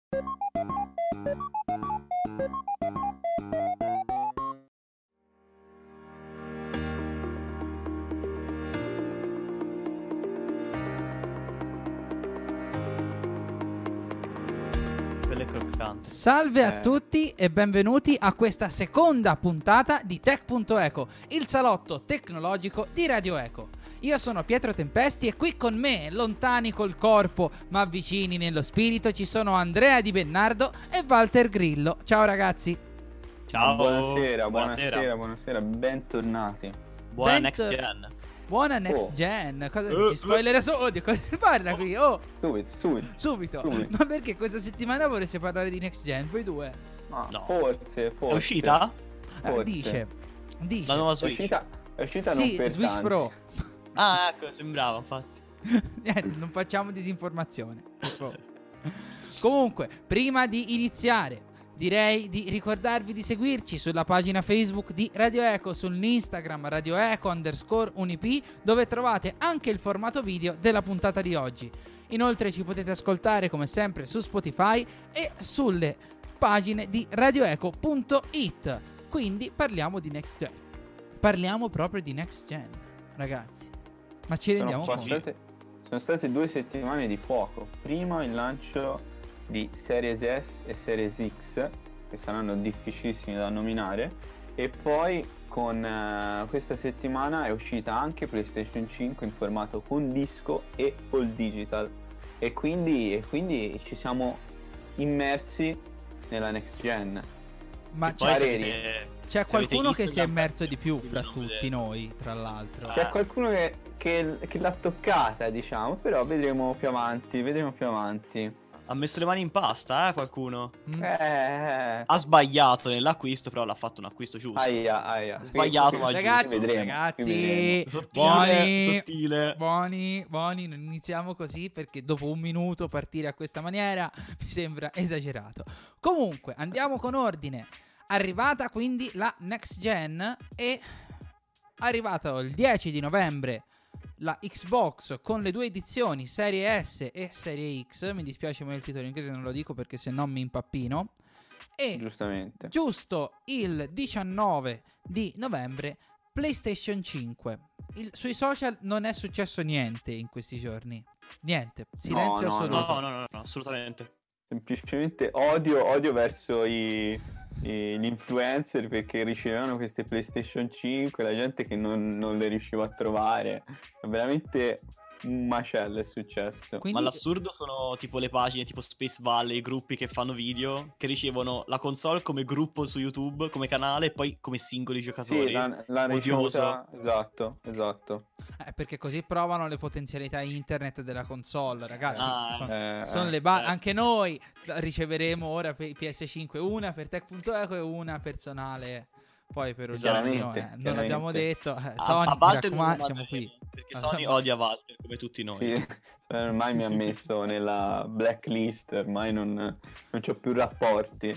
Salve a tutti e benvenuti a questa seconda puntata di Tech.eco, il salotto tecnologico di Radio Eco. Io sono Pietro Tempesti e qui con me, lontani col corpo ma vicini nello spirito, ci sono Andrea Di Bennardo e Walter Grillo. Ciao ragazzi. Ciao. Buonasera, bentornati. Buona Next Gen. Buona Next Gen. Cosa dici? Spoiler Odio, cosa parla qui? Oh, subito. Ma perché questa settimana vorreste parlare di Next Gen? Voi due? No. Forse. È uscita? Dice. La nuova Switch. È uscita sì, non per Switch tanti. Pro. Ah, ecco, sembrava infatti. Non facciamo disinformazione, per favore. Comunque, prima di iniziare, direi di ricordarvi di seguirci sulla pagina Facebook di Radio Eco, sull'Instagram Radio Eco_Unip, dove trovate anche il formato video della puntata di oggi. Inoltre ci potete ascoltare come sempre su Spotify e sulle pagine di radioeco.it. Quindi parliamo di Next Gen. Parliamo proprio di Next Gen, ragazzi. Ma ci rendiamo conto? Sono state 2 settimane di fuoco. Prima il lancio di Series S e Series X, che saranno difficilissimi da nominare, e poi con questa settimana è uscita anche PlayStation 5 in formato con disco e all digital, e quindi ci siamo immersi nella next gen. Ma c'è qualcuno che si è immerso di più fra tutti noi, tra l'altro. C'è qualcuno che l'ha toccata, diciamo, però vedremo più avanti. Ha messo le mani in pasta, qualcuno? Ha sbagliato nell'acquisto, però l'ha fatto un acquisto giusto. Aia. Sbagliato, ma ragazzi, giusto. Ragazzi, sottile. Buoni, non iniziamo così, perché dopo un minuto partire a questa maniera mi sembra esagerato. Comunque, andiamo con ordine. Arrivata quindi la Next Gen e arrivato il 10 di novembre la Xbox con le 2 edizioni, Serie S e Serie X. Mi dispiace, ma il titolo in inglese non lo dico perché se no mi impappino. E giustamente, giusto il 19 di novembre PlayStation 5. Sui social non è successo niente in questi giorni. Niente, silenzio assoluto. No, assolutamente. Semplicemente odio verso gli influencer, perché ricevevano queste PlayStation 5, la gente che non le riusciva a trovare. È veramente un macello, è successo. Ma l'assurdo sono tipo le pagine tipo Space Valley, i gruppi che fanno video, che ricevono la console come gruppo su YouTube, come canale, e poi come singoli giocatori. Sì, l'hanno ricevuta. Esatto. Perché così provano le potenzialità internet della console, ragazzi. Sono le anche noi riceveremo ora per PS5, una per Tech.eco e una personale. Poi per chiaramente. Non l'abbiamo detto. Sony, mi raccomando, siamo qui. Perché Sony odia Walter come tutti noi. Sì, ormai mi ha messo nella blacklist, ormai non c'ho più rapporti.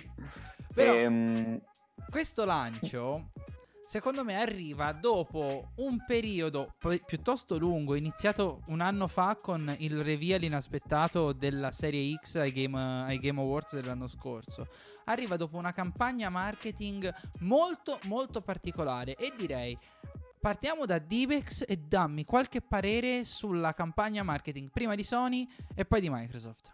Però, questo lancio, secondo me, arriva dopo un periodo piuttosto lungo, iniziato un anno fa con il reveal inaspettato della Serie X ai Game Awards dell'anno scorso. Arriva dopo una campagna marketing molto molto particolare, e direi partiamo da Divex e dammi qualche parere sulla campagna marketing, prima di Sony e poi di Microsoft.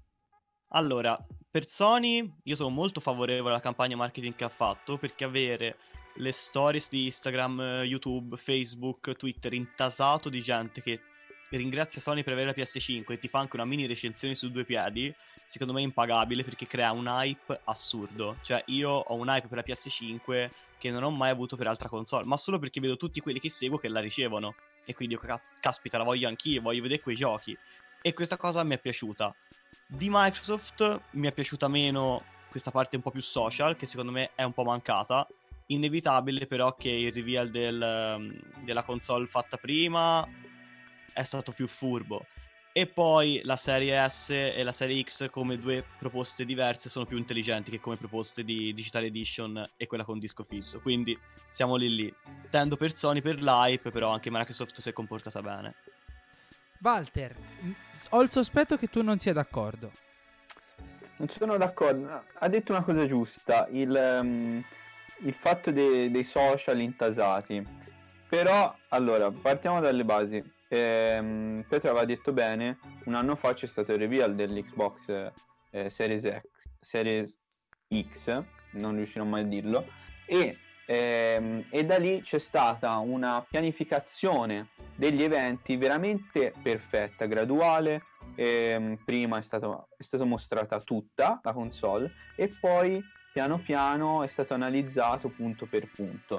Allora, per Sony io sono molto favorevole alla campagna marketing che ha fatto, perché avere le stories di Instagram, YouTube, Facebook, Twitter intasato di gente che ringrazia Sony per avere la PS5 e ti fa anche una mini recensione su 2 piedi, secondo me è impagabile, perché crea un hype assurdo. Cioè io ho un hype per la PS5 che non ho mai avuto per altra console, ma solo perché vedo tutti quelli che seguo che la ricevono, e quindi caspita, la voglio anch'io, voglio vedere quei giochi, e questa cosa mi è piaciuta. Di Microsoft mi è piaciuta meno questa parte un po' più social, che secondo me è un po' mancata. Inevitabile però che il reveal della console fatta prima è stato più furbo, e poi la serie S e la serie X come 2 proposte diverse sono più intelligenti che come proposte di Digital Edition e quella con disco fisso, quindi siamo lì. Tendo per Sony per l'hype, però anche Microsoft si è comportata bene. Walter, ho il sospetto che tu non sia d'accordo. Non sono d'accordo. Ha detto una cosa giusta, il fatto dei social intasati. Però, allora, partiamo dalle basi. Pietro aveva detto bene, un anno fa c'è stato il reveal dell'Xbox Series X, non riuscirò mai a dirlo, e da lì c'è stata una pianificazione degli eventi veramente perfetta, graduale. Prima è stata mostrata tutta la console e poi piano piano è stato analizzato punto per punto.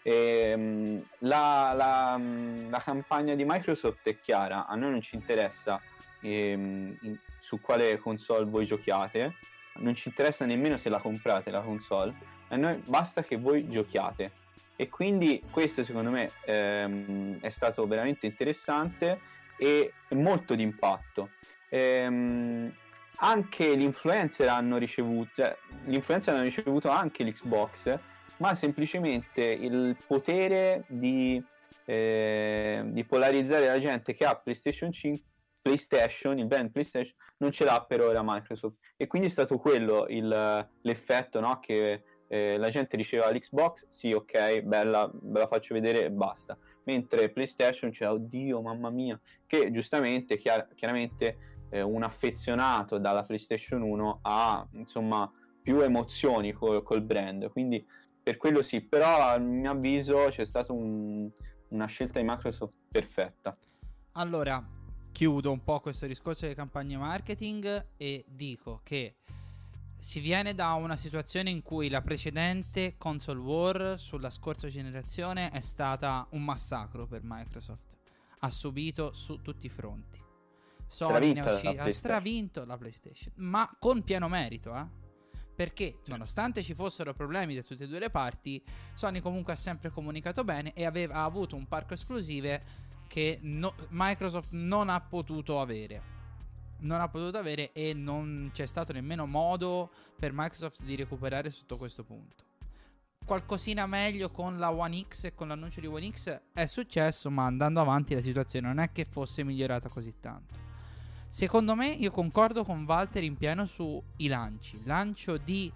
La campagna di Microsoft è chiara, a noi non ci interessa su quale console voi giochiate, non ci interessa nemmeno se la comprate la console, a noi basta che voi giochiate. E quindi questo secondo me è stato veramente interessante e molto d'impatto. Anche gli influencer hanno ricevuto anche l'Xbox, ma semplicemente il potere di polarizzare la gente che ha PlayStation 5, il brand PlayStation, non ce l'ha per ora Microsoft. E quindi è stato quello l'effetto, no? Che la gente riceveva l'Xbox, sì, ok, bella, ve la faccio vedere e basta. Mentre PlayStation c'era, oddio, mamma mia, che giustamente, chiaramente un affezionato dalla PlayStation 1 ha, insomma, più emozioni col brand. Quindi per quello sì, però a mio avviso c'è stata una scelta di Microsoft perfetta. Allora, chiudo un po' questo discorso delle campagne marketing e dico che si viene da una situazione in cui la precedente console war sulla scorsa generazione è stata un massacro per Microsoft. Ha subito su tutti i fronti. Sony ha stravinto la PlayStation, ma con pieno merito, perché nonostante ci fossero problemi da tutte e due le parti, Sony comunque ha sempre comunicato bene e ha avuto un parco esclusive che Microsoft non ha potuto avere. E non c'è stato nemmeno modo per Microsoft di recuperare sotto questo punto. Qualcosina meglio con la One X e con l'annuncio di One X è successo, ma andando avanti la situazione non è che fosse migliorata così tanto. Secondo me, io concordo con Walter in pieno sui lanci. Lancio di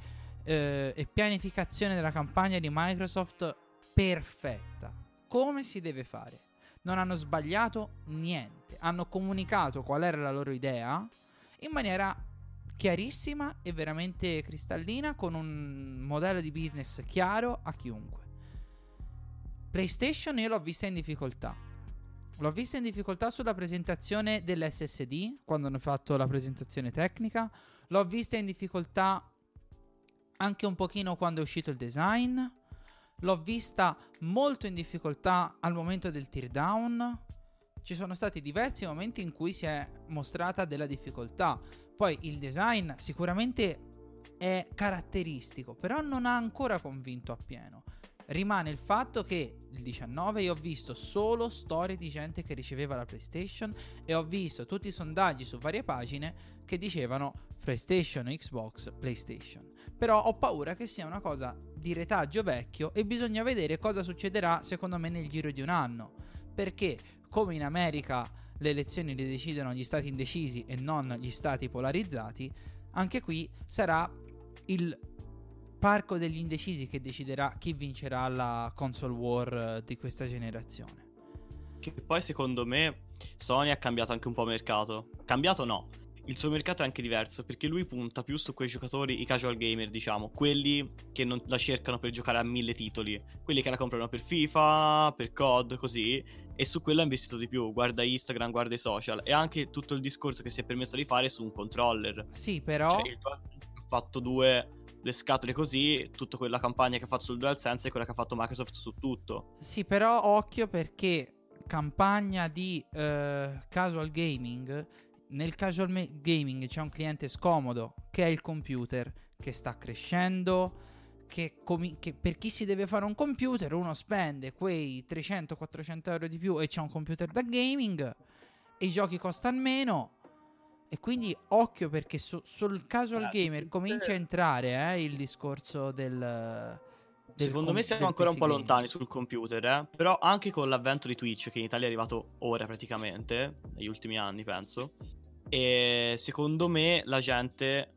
e pianificazione della campagna di Microsoft perfetta, come si deve fare. Non hanno sbagliato niente, hanno comunicato qual era la loro idea in maniera chiarissima e veramente cristallina, con un modello di business chiaro a chiunque. PlayStation io l'ho vista in difficoltà. L'ho vista in difficoltà sulla presentazione dell'SSD, quando hanno fatto la presentazione tecnica. L'ho vista in difficoltà anche un pochino quando è uscito il design. L'ho vista molto in difficoltà al momento del teardown. Ci sono stati diversi momenti in cui si è mostrata della difficoltà. Poi il design sicuramente è caratteristico, però non ha ancora convinto appieno. Rimane il fatto che il 19 io ho visto solo storie di gente che riceveva la PlayStation e ho visto tutti i sondaggi su varie pagine che dicevano PlayStation, Xbox, PlayStation. Però ho paura che sia una cosa di retaggio vecchio e bisogna vedere cosa succederà secondo me nel giro di un anno. Perché come in America le elezioni le decidono gli stati indecisi e non gli stati polarizzati, anche qui sarà il parco degli indecisi che deciderà chi vincerà la console war di questa generazione. Che poi secondo me Sony ha cambiato anche un po' mercato. Cambiato no, il suo mercato è anche diverso, perché lui punta più su quei giocatori, i casual gamer diciamo, quelli che non la cercano per giocare a 1000 titoli, quelli che la comprano per FIFA, per COD, così, e su quello ha investito di più. Guarda Instagram, guarda i social, e anche tutto il discorso che si è permesso di fare su un controller. Sì, però cioè, il ha fatto le scatole così, tutta quella campagna che ha fatto sul DualSense e quella che ha fatto Microsoft su tutto. Sì, però occhio, perché campagna di casual gaming, nel casual gaming c'è un cliente scomodo che è il computer, che sta crescendo, che per chi si deve fare un computer uno spende quei 300-400 euro di più e c'è un computer da gaming e i giochi costano meno. E quindi occhio, perché sul casual gamer comincia a entrare il discorso del secondo me siamo ancora un po' lontani sul computer, però anche con l'avvento di Twitch, che in Italia è arrivato ora praticamente, negli ultimi anni penso, e secondo me la gente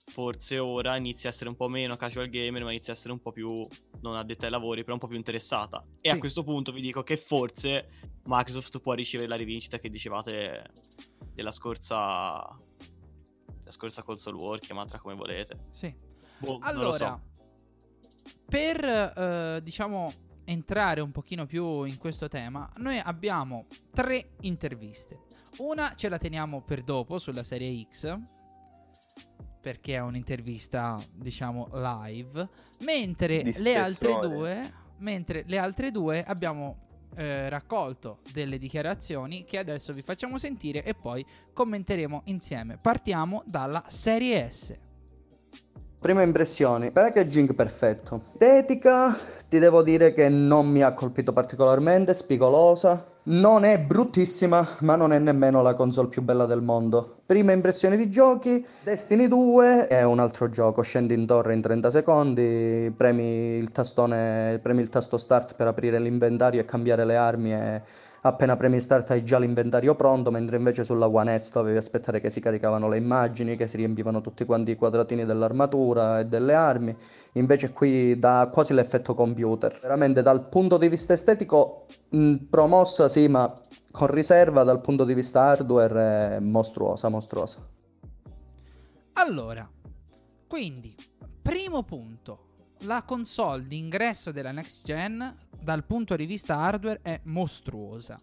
forse ora inizia a essere un po' meno casual gamer, ma inizia a essere un po' più non addetta ai lavori, però un po' più interessata. E Sì. a questo punto vi dico che forse Microsoft può ricevere la rivincita che dicevate della scorsa console war, chiamatela come volete. Sì. Boh, non lo Allora, so. per diciamo entrare un pochino più in questo tema, noi abbiamo 3 interviste. Una ce la teniamo per dopo sulla serie X, perché è un'intervista, diciamo, live, mentre Di le spessore. altre due abbiamo raccolto delle dichiarazioni che adesso vi facciamo sentire e poi commenteremo insieme. Partiamo dalla serie S. Prime impressioni, packaging perfetto. Estetica, ti devo dire che non mi ha colpito particolarmente, spigolosa. Non è bruttissima, ma non è nemmeno la console più bella del mondo. Prime impressioni di giochi, Destiny 2 è un altro gioco, scendi in torre in 30 secondi, premi il tasto start per aprire l'inventario e cambiare le armi e appena premi start hai già l'inventario pronto, mentre invece sulla One S dovevi aspettare che si caricavano le immagini, che si riempivano tutti quanti i quadratini dell'armatura e delle armi. Invece qui dà quasi l'effetto computer. Veramente dal punto di vista estetico, promossa sì, ma con riserva dal punto di vista hardware è mostruosa, mostruosa. Allora, quindi, primo punto, la console d'ingresso della next gen dal punto di vista hardware è mostruosa.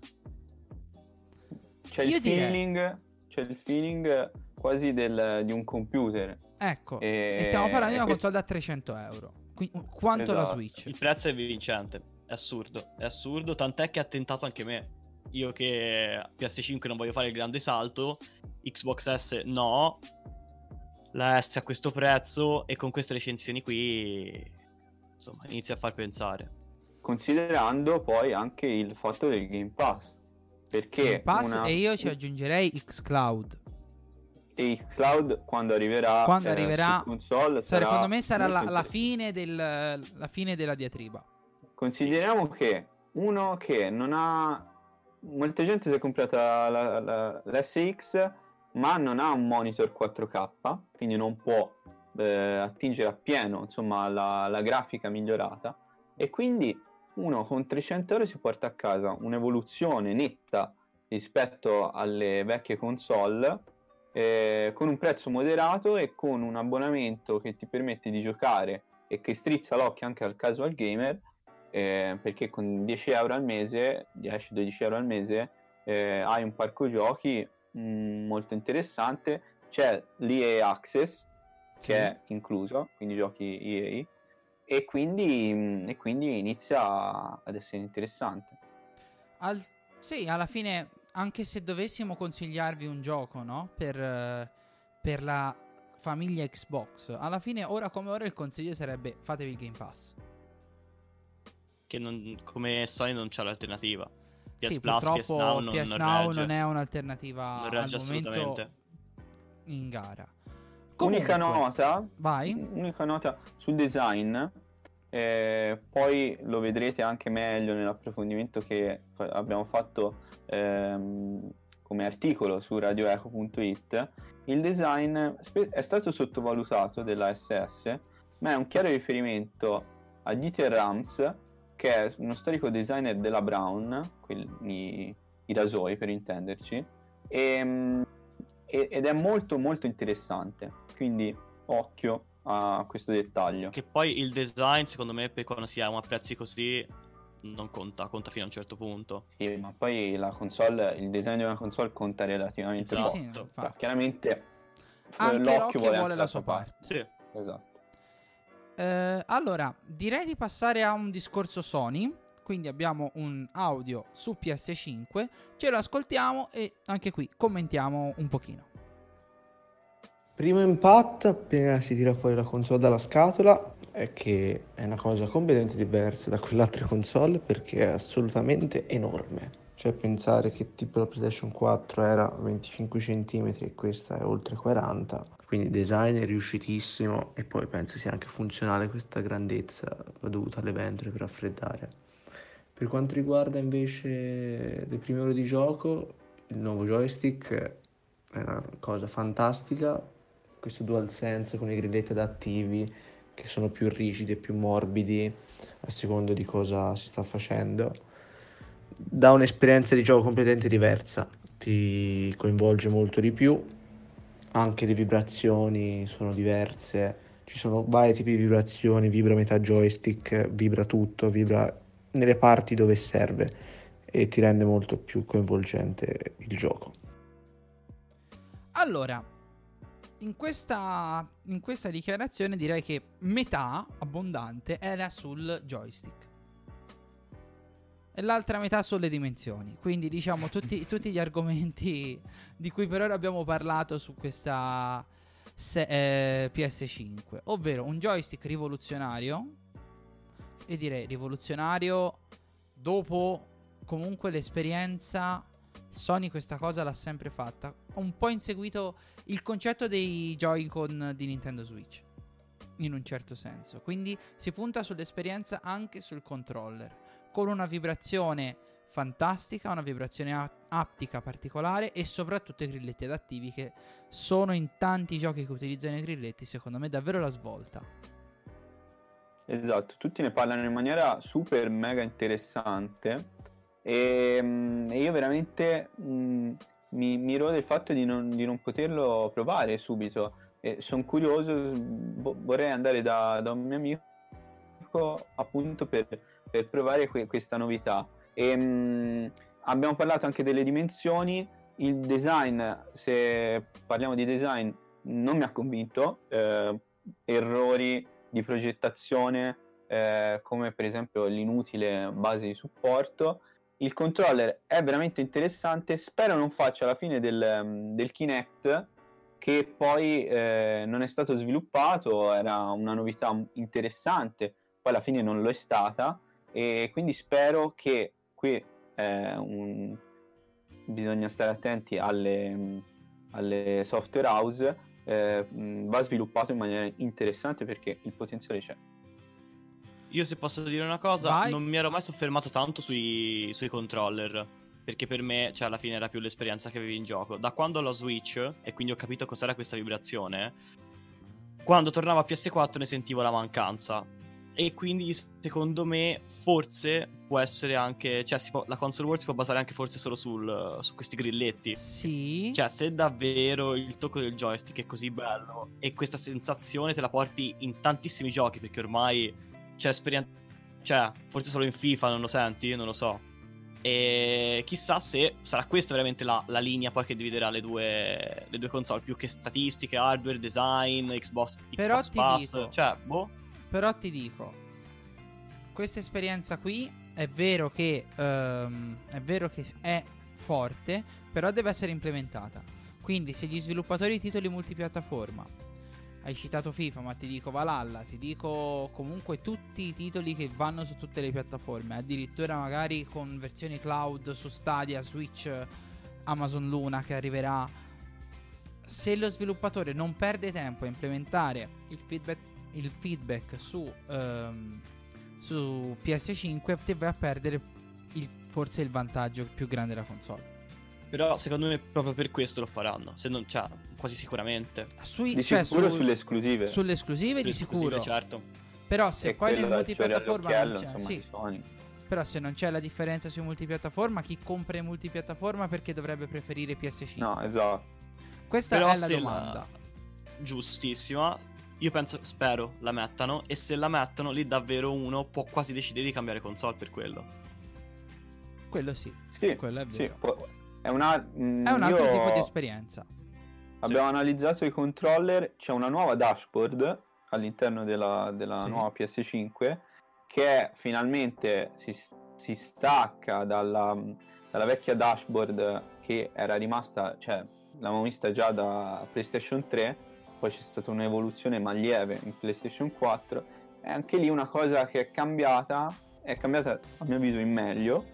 C'è Io il feeling quasi di un computer. Ecco, e stiamo parlando di una console da 300 euro. Quanto la Esatto. Switch? Il prezzo è vincente, è assurdo, tant'è che ha tentato anche me. Io che PS5 non voglio fare il grande salto, Xbox S no, la S a questo prezzo e con queste recensioni qui, insomma, inizia a far pensare. Considerando poi anche il fatto del Game Pass. Perché Game Pass e io ci aggiungerei xCloud. e xCloud quando arriverà su console secondo me sarà molto la fine la fine della diatriba. Consideriamo che uno che non ha... Molta gente si è comprata la SX, ma non ha un monitor 4K, quindi non può attingere appieno, insomma, la grafica migliorata. E quindi uno con 300 euro si porta a casa un'evoluzione netta rispetto alle vecchie console, con un prezzo moderato e con un abbonamento che ti permette di giocare e che strizza l'occhio anche al casual gamer, perché con 10 euro al mese, 10-12 euro al mese, hai un parco giochi molto interessante. C'è l'EA Access che è incluso, quindi giochi EA, e quindi inizia ad essere interessante. Sì, alla fine, anche se dovessimo consigliarvi un gioco, no? Per la famiglia Xbox, alla fine, ora come ora, il consiglio sarebbe fatevi il Game Pass. Che come Sony non c'ha l'alternativa. PS Sì, Plus, purtroppo PS Now non è un'alternativa non regge al momento assolutamente. in gara. Unica nota sul design, poi lo vedrete anche meglio nell'approfondimento che abbiamo fatto come articolo su radioeco.it. Il design è stato sottovalutato della SS, ma è un chiaro riferimento a Dieter Rams, che è uno storico designer della Braun, i rasoi per intenderci, ed è molto molto interessante, quindi occhio a questo dettaglio. Che poi il design, secondo me, per quando si ha a prezzi così non conta fino a un certo punto. Sì, ma poi la console, il design di una console conta relativamente poco. Sì, chiaramente anche l'occhio vuole la sua parte. Sì, esatto. Allora, direi di passare a un discorso Sony. Quindi abbiamo un audio su PS5, ce lo ascoltiamo e anche qui commentiamo un pochino. Primo impatto appena si tira fuori la console dalla scatola è che è una cosa completamente diversa da quelle altre console, perché è assolutamente enorme. Cioè pensare che tipo la PlayStation 4 era 25 cm e questa è oltre 40, quindi design è riuscitissimo e poi penso sia anche funzionale questa grandezza dovuta alle ventole per raffreddare. Per quanto riguarda invece le prime ore di gioco, il nuovo joystick è una cosa fantastica, questo DualSense con i grilletti adattivi che sono più rigidi e più morbidi a seconda di cosa si sta facendo, dà un'esperienza di gioco completamente diversa, ti coinvolge molto di più, anche le vibrazioni sono diverse, ci sono vari tipi di vibrazioni, vibra metà joystick, vibra tutto, vibra nelle parti dove serve e ti rende molto più coinvolgente il gioco. Allora, in questa dichiarazione direi che metà abbondante era sul joystick e l'altra metà sulle dimensioni. Quindi diciamo tutti gli argomenti di cui per ora abbiamo parlato su questa PS5, ovvero un joystick rivoluzionario, e direi rivoluzionario dopo comunque l'esperienza. Sony questa cosa l'ha sempre fatta, ha un po' inseguito il concetto dei Joy-Con di Nintendo Switch in un certo senso, quindi si punta sull'esperienza anche sul controller, con una vibrazione fantastica, una vibrazione aptica particolare e soprattutto i grilletti adattivi, che sono in tanti giochi che utilizzano i grilletti secondo me davvero la svolta. Esatto, tutti ne parlano in maniera super mega interessante e io veramente mi rode il fatto di non poterlo provare subito. Sono curioso, vorrei andare da un mio amico appunto per provare questa novità. Abbiamo parlato anche delle dimensioni, il design, se parliamo di design, non mi ha convinto, errori di progettazione, come per esempio l'inutile base di supporto. Il controller è veramente interessante, spero non faccia la fine del Kinect, che poi non è stato sviluppato, era una novità interessante, poi alla fine non lo è stata, e quindi spero che qui bisogna stare attenti alle software house, va sviluppato in maniera interessante perché il potenziale c'è. Io, se posso dire una cosa, Vai. non mi ero mai soffermato tanto sui controller, perché per me, cioè, alla fine era più l'esperienza che avevi in gioco. Da quando ho la Switch, e quindi ho capito cos'era questa vibrazione, quando tornavo a PS4 ne sentivo la mancanza. E quindi, secondo me, forse può essere anche... Cioè, la console war si può basare anche forse solo su questi grilletti. Sì. Cioè, se davvero il tocco del joystick è così bello e questa sensazione te la porti in tantissimi giochi, perché ormai c'è esperienza... Cioè, forse solo in FIFA non lo senti? Non lo so. E chissà se sarà questa veramente la linea poi che dividerà le due console, più che statistiche, hardware, design, Xbox Però ti Pass. dico, Cioè, boh. Però ti dico, questa esperienza qui è vero che è forte, però deve essere implementata. Quindi se gli sviluppatori di titoli multipiattaforma, hai citato FIFA, ma ti dico Valhalla, ti dico comunque tutti i titoli che vanno su tutte le piattaforme, addirittura magari con versioni cloud su Stadia, Switch, Amazon Luna che arriverà. Se lo sviluppatore non perde tempo a implementare il feedback su PS5, ti vai a perdere forse il vantaggio più grande della console. Però secondo me proprio per questo lo faranno, se non, cioè, quasi sicuramente. Di sicuro sulle esclusive. Sulle esclusive di sicuro, certo. Però se E poi nel quello multipiattaforma non c'è, insomma, sì. di Sony. Però se non c'è la differenza su multipiattaforma, chi compra in multipiattaforma perché dovrebbe preferire PS5? No, esatto. Questa Però è la se domanda. Giustissima. Io penso, spero la mettano, e se la mettono lì davvero uno può quasi decidere di cambiare console per quello. Quello sì, Sì, quello è sì, vero. è un altro tipo di esperienza. Abbiamo analizzato i controller, c'è una nuova dashboard all'interno della Sì. nuova PS5 che finalmente si stacca dalla vecchia dashboard che era rimasta, cioè l'avevamo vista già da PlayStation 3, poi c'è stata un'evoluzione ma lieve in PlayStation 4, e anche lì una cosa che è cambiata a mio avviso in meglio,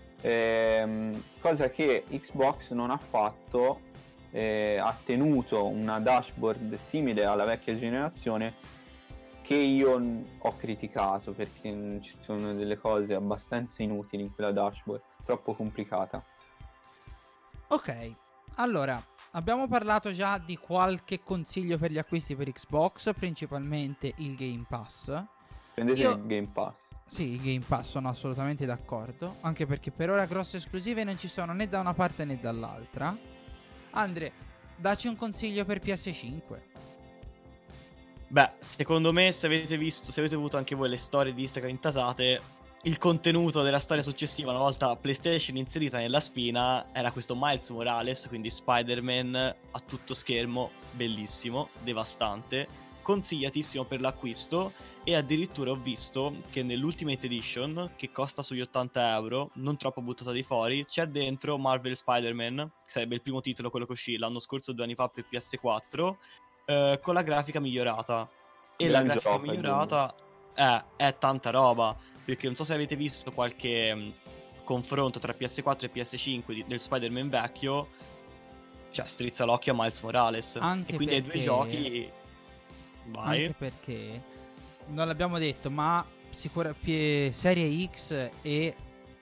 cosa che Xbox non ha fatto. Ha tenuto una dashboard simile alla vecchia generazione, che io ho criticato perché ci sono delle cose abbastanza inutili in quella dashboard, troppo complicata. Ok, allora abbiamo parlato già di qualche consiglio per gli acquisti per Xbox, principalmente il Game Pass. Prendete il Game Pass. Sì, il Game Pass, sono assolutamente d'accordo, anche perché per ora grosse esclusive non ci sono né da una parte né dall'altra. Andre, dacci un consiglio per PS5. Beh, secondo me, se avete avuto anche voi le storie di Instagram intasate, il contenuto della storia successiva, una volta PlayStation inserita nella spina, era questo Miles Morales, quindi Spider-Man a tutto schermo, bellissimo, devastante, consigliatissimo per l'acquisto. E addirittura ho visto che nell'Ultimate Edition, che costa sugli 80 euro, non troppo buttata di fuori, c'è dentro Marvel Spider-Man, che sarebbe il primo titolo, quello che uscì l'anno scorso, 2 anni fa per PS4, con la grafica migliorata. E Gran la grafica gioco, migliorata è tanta roba, perché non so se avete visto qualche confronto tra PS4 e PS5 del Spider-Man vecchio, cioè strizza l'occhio a Miles Morales. Anche e quindi ai perché... due giochi... Vai. Anche perché non l'abbiamo detto, ma Serie X e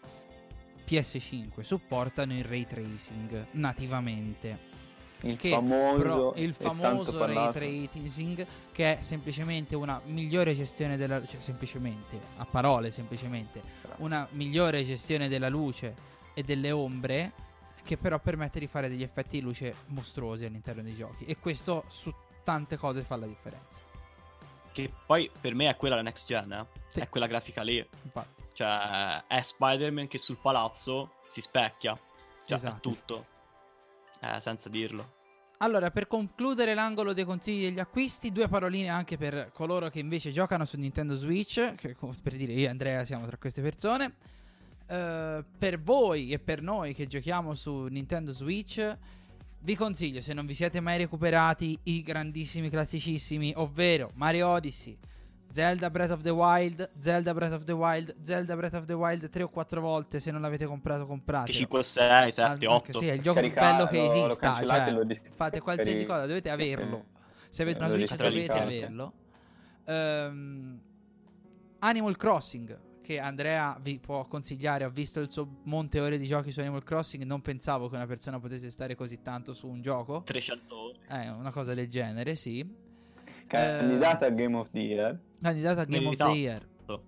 PS5 supportano il ray tracing nativamente. Il famoso il e tanto famoso ray parlato. tracing, che è semplicemente una migliore gestione della, cioè semplicemente, a parole semplicemente, una migliore gestione della luce e delle ombre, che però permette di fare degli effetti di luce mostruosi all'interno dei giochi, e questo su tante cose fa la differenza. Che poi per me è quella la next gen, Sì. è quella grafica lì. Infatti, Cioè è Spider-Man che sul palazzo si specchia. Cioè Esatto. è tutto. Senza dirlo. allora, per concludere l'angolo dei consigli degli acquisti, 2 paroline anche per coloro che invece giocano su Nintendo Switch, che, per dire, io e Andrea siamo tra queste persone. Per voi e per noi che giochiamo su Nintendo Switch, vi consiglio, se non vi siete mai recuperati i grandissimi classicissimi, ovvero Mario Odyssey, Zelda Breath of the Wild, Zelda Breath of the Wild, Zelda Breath of the Wild 3 o 4 volte. Se non l'avete comprato, comprate. Che 5, 6, 7, Anche 8. sì, è il gioco più Scarica- bello che lo esista. cancellate Cioè, e lo fate qualsiasi scarica- cosa, dovete averlo. Se avete una lo Switch dovete riscaricate. averlo. Animal Crossing, che Andrea vi può consigliare. Ho visto il suo monte ore di giochi su Animal Crossing. Non pensavo che una persona potesse stare così tanto su un gioco. 300 ore. Una cosa del genere, sì. Candidata a Game of the Year. Candidata a Game of the Meritato. Year.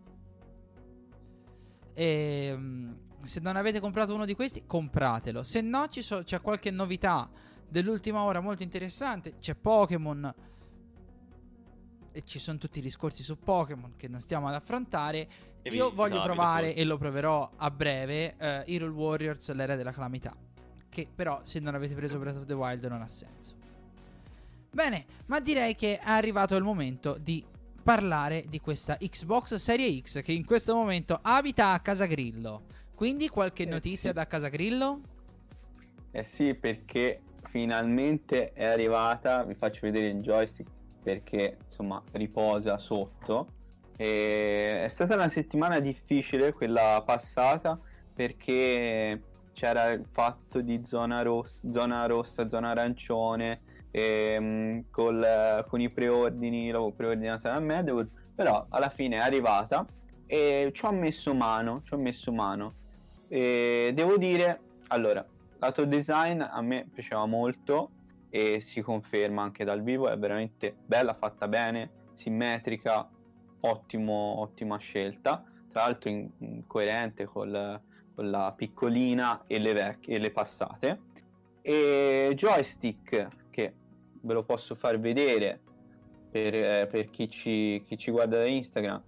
E se non avete comprato uno di questi, compratelo. Se no, c'è qualche novità dell'ultima ora molto interessante. C'è Pokémon, e ci sono tutti i discorsi su Pokémon che non stiamo ad affrontare. Io voglio provare, forse. e lo proverò a breve, Hyrule Warriors, l'era della calamità, che però se non avete preso Breath of the Wild non ha senso. Bene, ma direi che è arrivato il momento di parlare di questa Xbox Serie X, che in questo momento abita a Casa Grillo. Quindi qualche notizia sì. da Casa Grillo? Eh sì, perché finalmente è arrivata. Vi faccio vedere il joystick perché insomma riposa sotto. E è stata una settimana difficile quella passata, perché c'era il fatto di zona rossa, zona arancione, con i preordini. L'avevo preordinata da me, però alla fine è arrivata e ci ho messo mano. E devo dire, allora, lato design a me piaceva molto e si conferma anche dal vivo, è veramente bella, fatta bene, simmetrica, ottima scelta, tra l'altro coerente con la piccolina e le vecchie e le passate. E joystick, che ve lo posso far vedere per chi ci guarda da Instagram,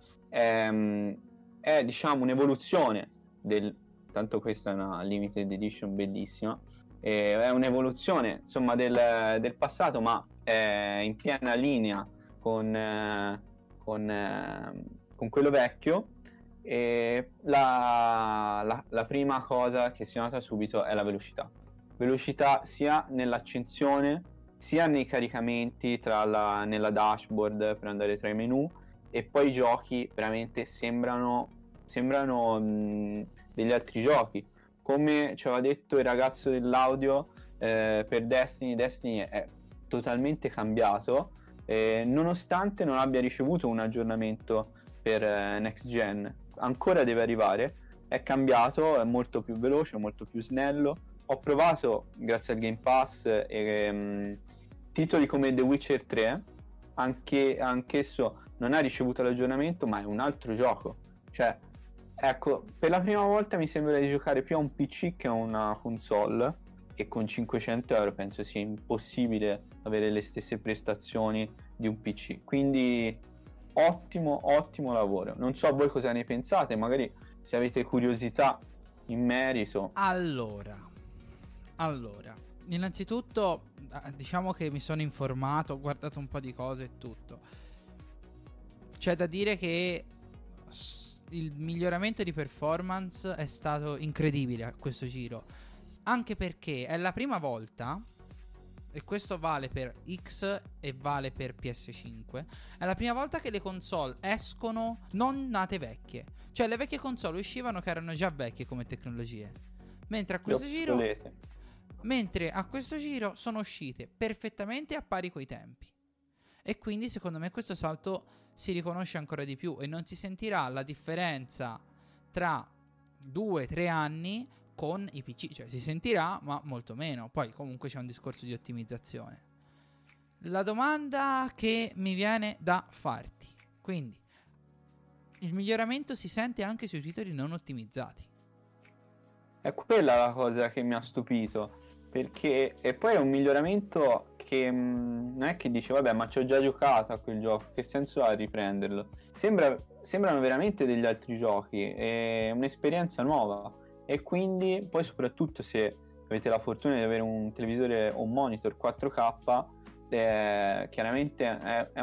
è diciamo un'evoluzione tanto questa è una limited edition bellissima, è un'evoluzione insomma del passato, ma è in piena linea con quello vecchio. E la prima cosa che si nota subito è la velocità sia nell'accensione sia nei caricamenti, nella dashboard per andare tra i menu, e poi i giochi veramente sembrano degli altri giochi. Come ci aveva detto il ragazzo dell'audio, per Destiny è totalmente cambiato, nonostante non abbia ricevuto un aggiornamento per next gen. Ancora deve arrivare, è cambiato, è molto più veloce, molto più snello, ho provato, grazie al Game Pass, titoli come The Witcher 3, anch'esso non ha ricevuto l'aggiornamento, ma è un altro gioco. Cioè, ecco, per la prima volta mi sembra di giocare più a un PC che a una console, e con 500 euro penso sia impossibile avere le stesse prestazioni di un PC. Quindi ottimo lavoro. Non so voi cosa ne pensate, magari se avete curiosità in merito. Allora, innanzitutto diciamo che mi sono informato, ho guardato un po' di cose e tutto. C'è da dire che il miglioramento di performance è stato incredibile a questo giro, anche perché è la prima volta, e questo vale per X e vale per PS5, è la prima volta che le console escono non nate vecchie. Cioè le vecchie console uscivano che erano già vecchie come tecnologie, mentre a questo giro sono uscite perfettamente a pari coi tempi. E quindi secondo me questo salto si riconosce ancora di più, e non si sentirà la differenza tra 2-3 anni con i PC. Cioè si sentirà, ma molto meno. Poi comunque c'è un discorso di ottimizzazione. La domanda che mi viene da farti, quindi, il miglioramento si sente anche sui titoli non ottimizzati? È quella la cosa che mi ha stupito, perché e poi è un miglioramento che non è che dice vabbè, ma ci ho già giocato a quel gioco, che senso ha riprenderlo? Sembrano veramente degli altri giochi, è un'esperienza nuova, e quindi poi soprattutto se avete la fortuna di avere un televisore o un monitor 4K, chiaramente è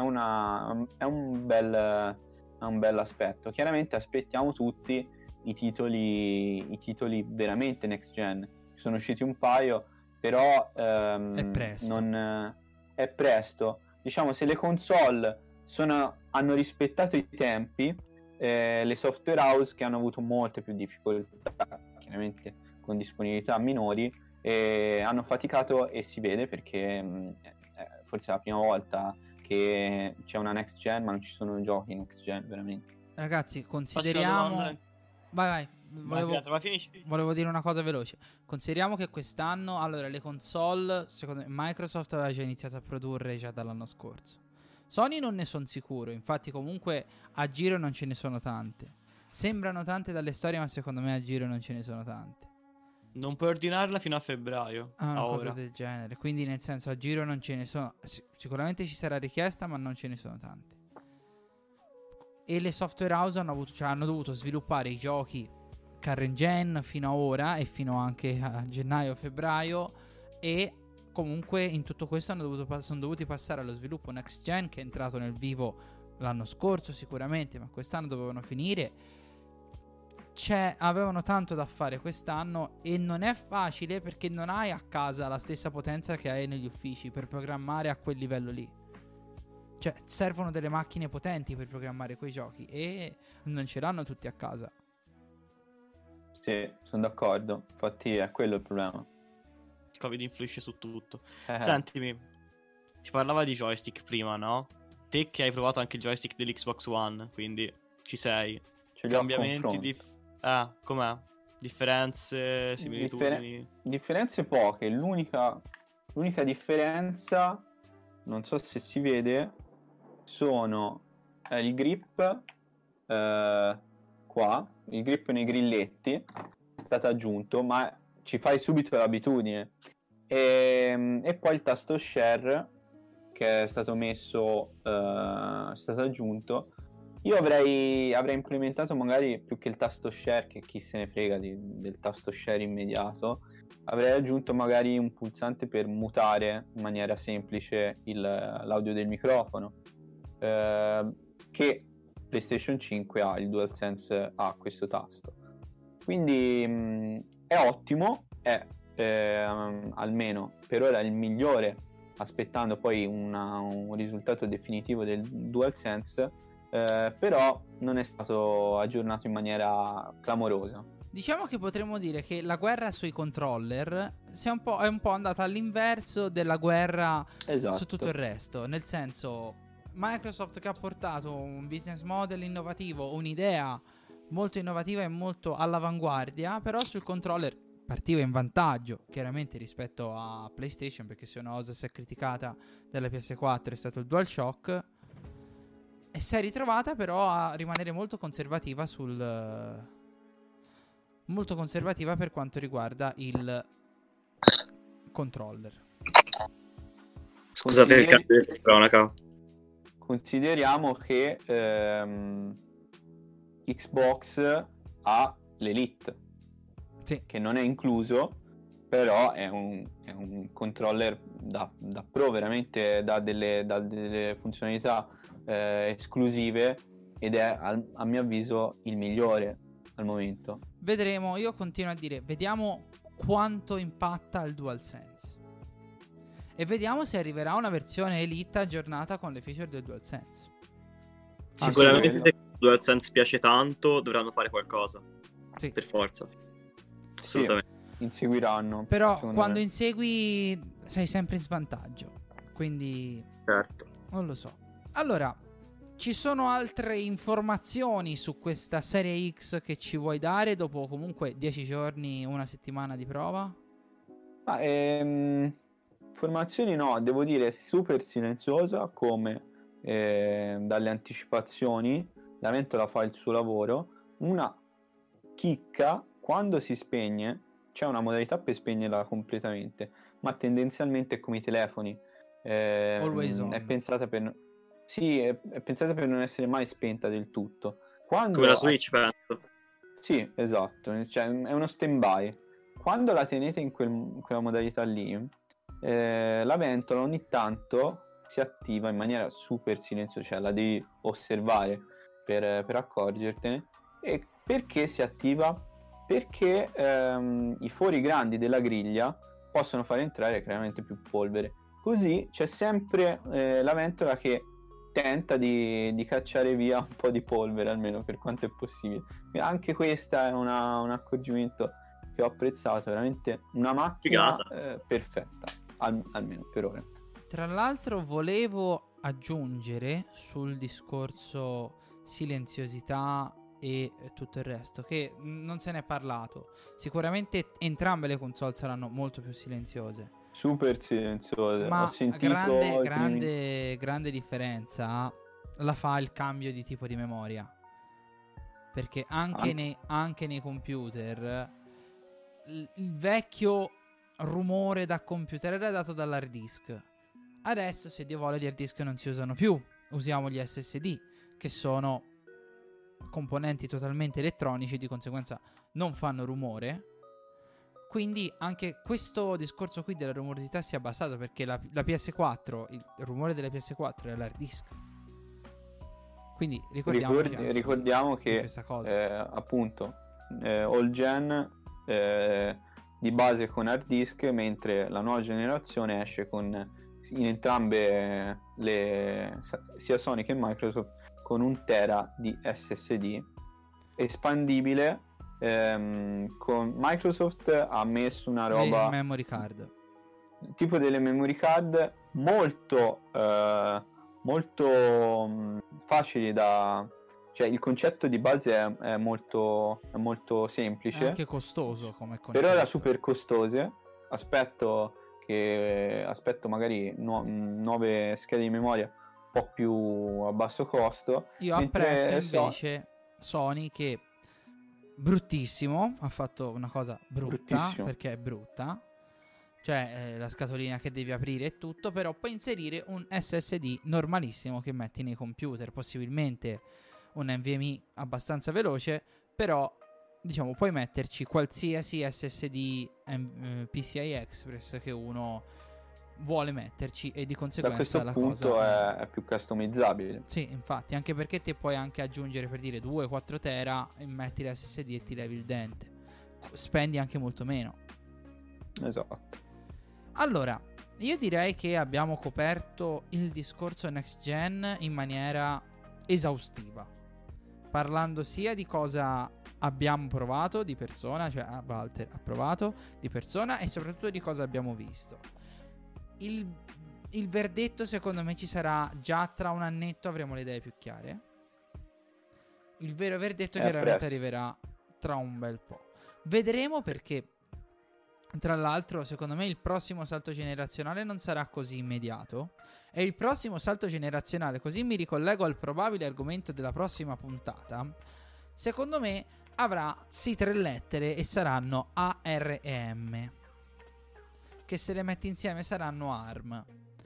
un bel aspetto. Chiaramente aspettiamo tutti i titoli veramente next gen. Sono usciti un paio, però È presto. È presto. Diciamo, se le console hanno rispettato i tempi, le software house che hanno avuto molte più difficoltà, chiaramente con disponibilità minori, hanno faticato, e si vede perché forse è la prima volta che c'è una next gen, ma non ci sono giochi next gen veramente. Ragazzi, consideriamo... Vai. Volevo dire una cosa veloce. Consideriamo che quest'anno, allora, le console, secondo me, Microsoft aveva già iniziato a produrre già dall'anno scorso. Sony non ne sono sicuro, infatti comunque a giro non ce ne sono tante. Sembrano tante dalle storie, ma secondo me a giro non ce ne sono tante. Non puoi ordinarla fino a febbraio. Una ora. cosa del genere. Quindi nel senso, a giro non ce ne sono. Sicuramente ci sarà richiesta, ma non ce ne sono tante. E le software house hanno dovuto sviluppare i giochi current gen fino a ora, e fino anche a gennaio-febbraio, e comunque in tutto questo sono dovuti passare allo sviluppo next gen, che è entrato nel vivo l'anno scorso sicuramente, ma quest'anno dovevano finire. Avevano tanto da fare quest'anno, e non è facile perché non hai a casa la stessa potenza che hai negli uffici per programmare a quel livello lì. Cioè servono delle macchine potenti per programmare quei giochi, e non ce l'hanno tutti a casa. Sì, sono d'accordo, infatti è quello il problema. Il Covid influisce su tutto. Sentimi, si parlava di joystick prima, no? Te che hai provato anche il joystick dell'Xbox One, quindi ci sei. Ce li ho Cambiamenti com'è? Differenze, similitudini? Differenze poche. L'unica differenza, non so se si vede, sono il grip qua, il grip nei grilletti è stato aggiunto, ma ci fai subito l'abitudine, e poi il tasto share che è stato messo, è stato aggiunto. Io avrei implementato, magari più che il tasto share, che chi se ne frega del tasto share immediato, avrei aggiunto magari un pulsante per mutare in maniera semplice l'audio del microfono, che PlayStation 5 ha, il DualSense ha questo tasto. Quindi è ottimo, è almeno per ora il migliore, aspettando poi un risultato definitivo del DualSense, però non è stato aggiornato in maniera clamorosa. Diciamo che potremmo dire che la guerra sui controller è un po' andata all'inverso della guerra su tutto il resto. Nel senso, Microsoft che ha portato un business model innovativo, un'idea molto innovativa e molto all'avanguardia, però sul controller partiva in vantaggio chiaramente rispetto a PlayStation, perché se una cosa si è criticata della PS4 è stato il DualShock, e si è ritrovata però a rimanere molto conservativa molto conservativa per quanto riguarda il controller. Scusate il cambio di cronaca. Consideriamo che Xbox ha l'Elite, Sì. che non è incluso, però è un controller da pro, veramente dà delle funzionalità esclusive, ed è a mio avviso il migliore al momento. Vedremo, io continuo a dire, vediamo quanto impatta il DualSense. E vediamo se arriverà una versione Elite aggiornata con le feature del DualSense. Sicuramente sì, se il DualSense piace tanto dovranno fare qualcosa. Sì. Per forza. Sì, Assolutamente. inseguiranno. Però secondo quando me. insegui sei sempre in svantaggio. Quindi Certo. non lo so. Allora, ci sono altre informazioni su questa serie X che ci vuoi dare dopo comunque 10 giorni, una settimana di prova? Informazioni no, devo dire super silenziosa, come dalle anticipazioni. La ventola fa il suo lavoro. Una chicca: quando si spegne c'è una modalità per spegnerla completamente, ma tendenzialmente è come i telefoni, Always on. è pensata per è pensata per non essere mai spenta del tutto. Quando Come la Switch, penso. Sì, esatto, cioè è uno stand-by. Quando la tenete in quella modalità lì, la ventola ogni tanto si attiva in maniera super silenziosa, cioè la devi osservare per accorgertene. E perché si attiva? Perché i fori grandi della griglia possono far entrare chiaramente più polvere. Così c'è sempre la ventola che tenta di cacciare via un po' di polvere, almeno per quanto è possibile. Anche questa è un accorgimento che ho apprezzato, veramente una macchina perfetta, almeno per ora. Tra l'altro volevo aggiungere sul discorso silenziosità e tutto il resto, che non se ne è parlato. Sicuramente entrambe le console saranno molto più silenziose, super silenziose. ma Ho sentito grande differenza la fa il cambio di tipo di memoria, perché anche nei computer il vecchio rumore da computer era dato dall'hard disk. Adesso, se Dio vuole, gli hard disk non si usano più, usiamo gli SSD, che sono componenti totalmente elettronici, di conseguenza non fanno rumore. Quindi anche questo discorso qui della rumorosità si è abbassato, perché la PS4, il rumore della PS4 è l'hard disk. Quindi ricordiamo che questa cosa. appunto all gen di base con hard disk, mentre la nuova generazione esce con in entrambe sia Sony che Microsoft con 1 tera di SSD espandibile. Con Microsoft ha messo una roba memory card, tipo delle memory card molto facili da, cioè il concetto di base è molto semplice, è anche costoso come concetto. però era super costose. Aspetto magari nuove schede di memoria un po' più a basso costo. Io apprezzo invece Sony, che bruttissimo, ha fatto una cosa brutta, perché è brutta, cioè la scatolina che devi aprire e tutto, però puoi inserire un SSD normalissimo che metti nei computer, possibilmente un NVMe abbastanza veloce, però diciamo puoi metterci qualsiasi SSD PCI Express che uno vuole metterci, e di conseguenza da questo punto è più customizzabile. Sì, infatti, anche perché te puoi anche aggiungere, per dire, 2-4 tera e metti l'SSD e ti levi il dente, spendi anche molto meno. Esatto. Allora, io direi che abbiamo coperto il discorso next gen in maniera esaustiva, parlando sia di cosa abbiamo provato di persona, cioè Walter ha provato di persona, e soprattutto di cosa abbiamo visto. Il verdetto secondo me ci sarà già tra un annetto, avremo le idee più chiare. Il vero verdetto chiaramente arriverà tra un bel po'. Vedremo, perché Tra l'altro, secondo me il prossimo salto generazionale non sarà così immediato. E il prossimo salto generazionale, così mi ricollego al probabile argomento della prossima puntata, secondo me avrà sì 3 lettere e saranno A, R e M, che se le metti insieme saranno ARM.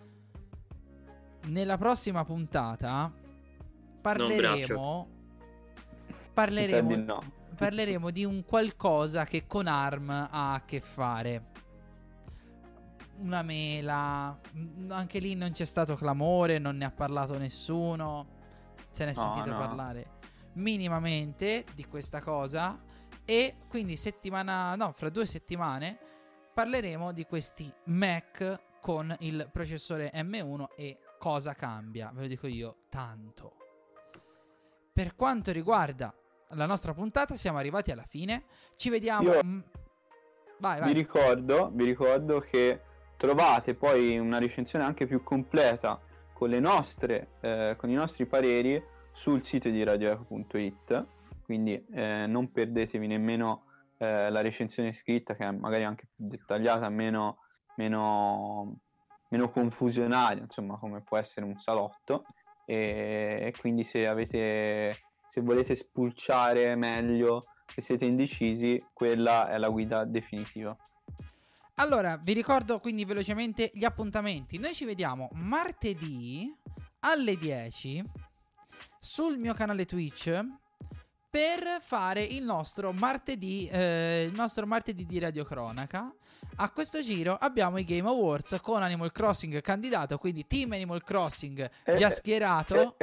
Nella prossima puntata parleremo Mi sa di no. parleremo di un qualcosa che con ARM ha a che fare. Una mela. Anche lì non c'è stato clamore, non ne ha parlato nessuno. Se ne è sentito parlare minimamente di questa cosa. E quindi fra 2 settimane parleremo di questi Mac con il processore M1 e cosa cambia. Ve lo dico io, tanto. Per quanto riguarda la nostra puntata, siamo arrivati alla fine. Ci vediamo. Vai. Vi ricordo che trovate poi una recensione anche più completa con le nostre con i nostri pareri sul sito di radioeco.it, quindi non perdetevi nemmeno la recensione scritta, che è magari anche più dettagliata, meno confusionaria, insomma, come può essere un salotto, e quindi se volete spulciare meglio, se siete indecisi, quella è la guida definitiva. Allora, vi ricordo quindi velocemente gli appuntamenti. Noi ci vediamo martedì alle 10 sul mio canale Twitch per fare il nostro martedì di radiocronaca. A questo giro abbiamo i Game Awards con Animal Crossing candidato, quindi Team Animal Crossing già schierato.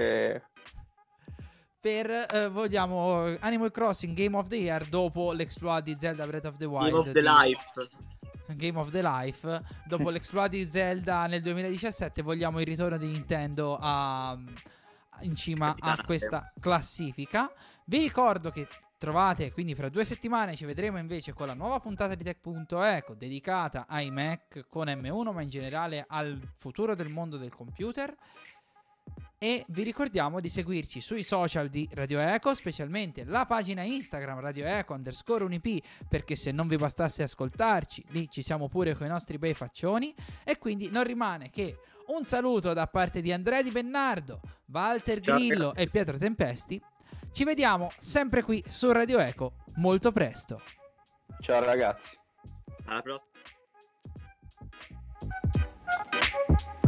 Vogliamo Animal Crossing Game of the Year dopo l'exploit di Zelda Breath of the Wild. Game of the Life. Dopo l'exploit di Zelda nel 2017 vogliamo il ritorno di Nintendo in cima a questa classifica. Vi ricordo che trovate, quindi fra 2 settimane ci vedremo invece con la nuova puntata di Tech.eco dedicata ai Mac con M1, ma in generale al futuro del mondo del computer. E vi ricordiamo di seguirci sui social di Radio Eco, specialmente la pagina Instagram radioeco_unip, perché se non vi bastasse ascoltarci, lì ci siamo pure con i nostri bei faccioni. E quindi non rimane che un saluto da parte di Andrea Di Bennardo, Walter Grillo ragazzi. e Pietro Tempesti. Ci vediamo sempre qui su Radio Eco molto presto. Ciao ragazzi. Alla prossima.